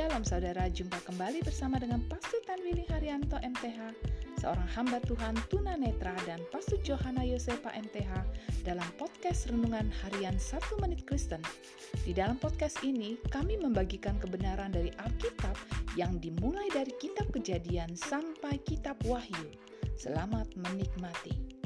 Shalom saudara, jumpa kembali bersama dengan Pastor Tanwili Haryanto MTH, seorang hamba Tuhan tunanetra, dan Pastor Johana Yosepa MTH dalam podcast Renungan Harian 1 Menit Kristen. Di dalam podcast ini, kami membagikan kebenaran dari Alkitab yang dimulai dari kitab Kejadian sampai kitab Wahyu. Selamat menikmati.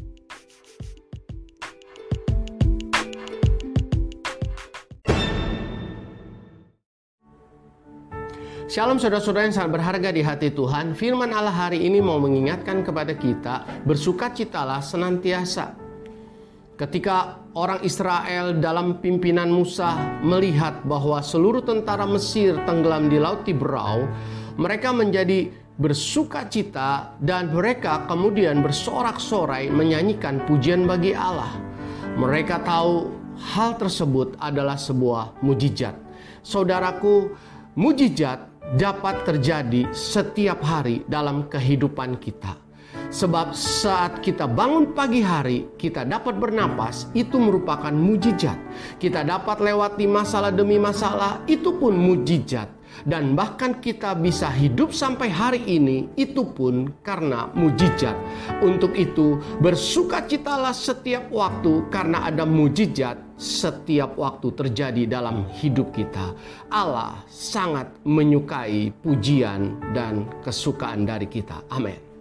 Shalom saudara-saudara yang sangat berharga di hati Tuhan. Firman Allah hari ini mau mengingatkan kepada kita, bersukacitalah senantiasa. Ketika orang Israel dalam pimpinan Musa melihat bahwa seluruh tentara Mesir tenggelam di Laut Tiberau, mereka menjadi bersukacita dan mereka kemudian bersorak-sorai menyanyikan pujian bagi Allah. Mereka tahu hal tersebut adalah sebuah mujizat. Saudaraku, mujizat dapat terjadi setiap hari dalam kehidupan kita. Sebab saat kita bangun pagi hari, kita dapat bernapas, itu merupakan mujizat. Kita dapat lewati masalah demi masalah, itu pun mujizat. Dan bahkan kita bisa hidup sampai hari ini, itu pun karena mujizat. Untuk itu, bersukacitalah setiap waktu karena ada mujizat setiap waktu terjadi dalam hidup kita. Allah sangat menyukai pujian dan kesukaan dari kita. Amin.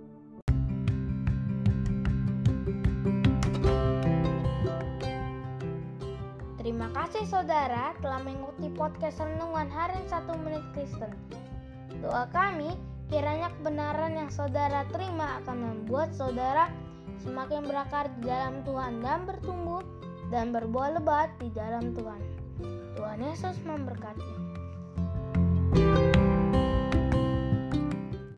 Terima kasih saudara telah mengikuti podcast Renungan Harian 1 Menit Kristen. Doa kami, kiranya kebenaran yang saudara terima akan membuat saudara semakin berakar di dalam Tuhan dan bertumbuh dan berbuah lebat di dalam Tuhan. Tuhan Yesus memberkati.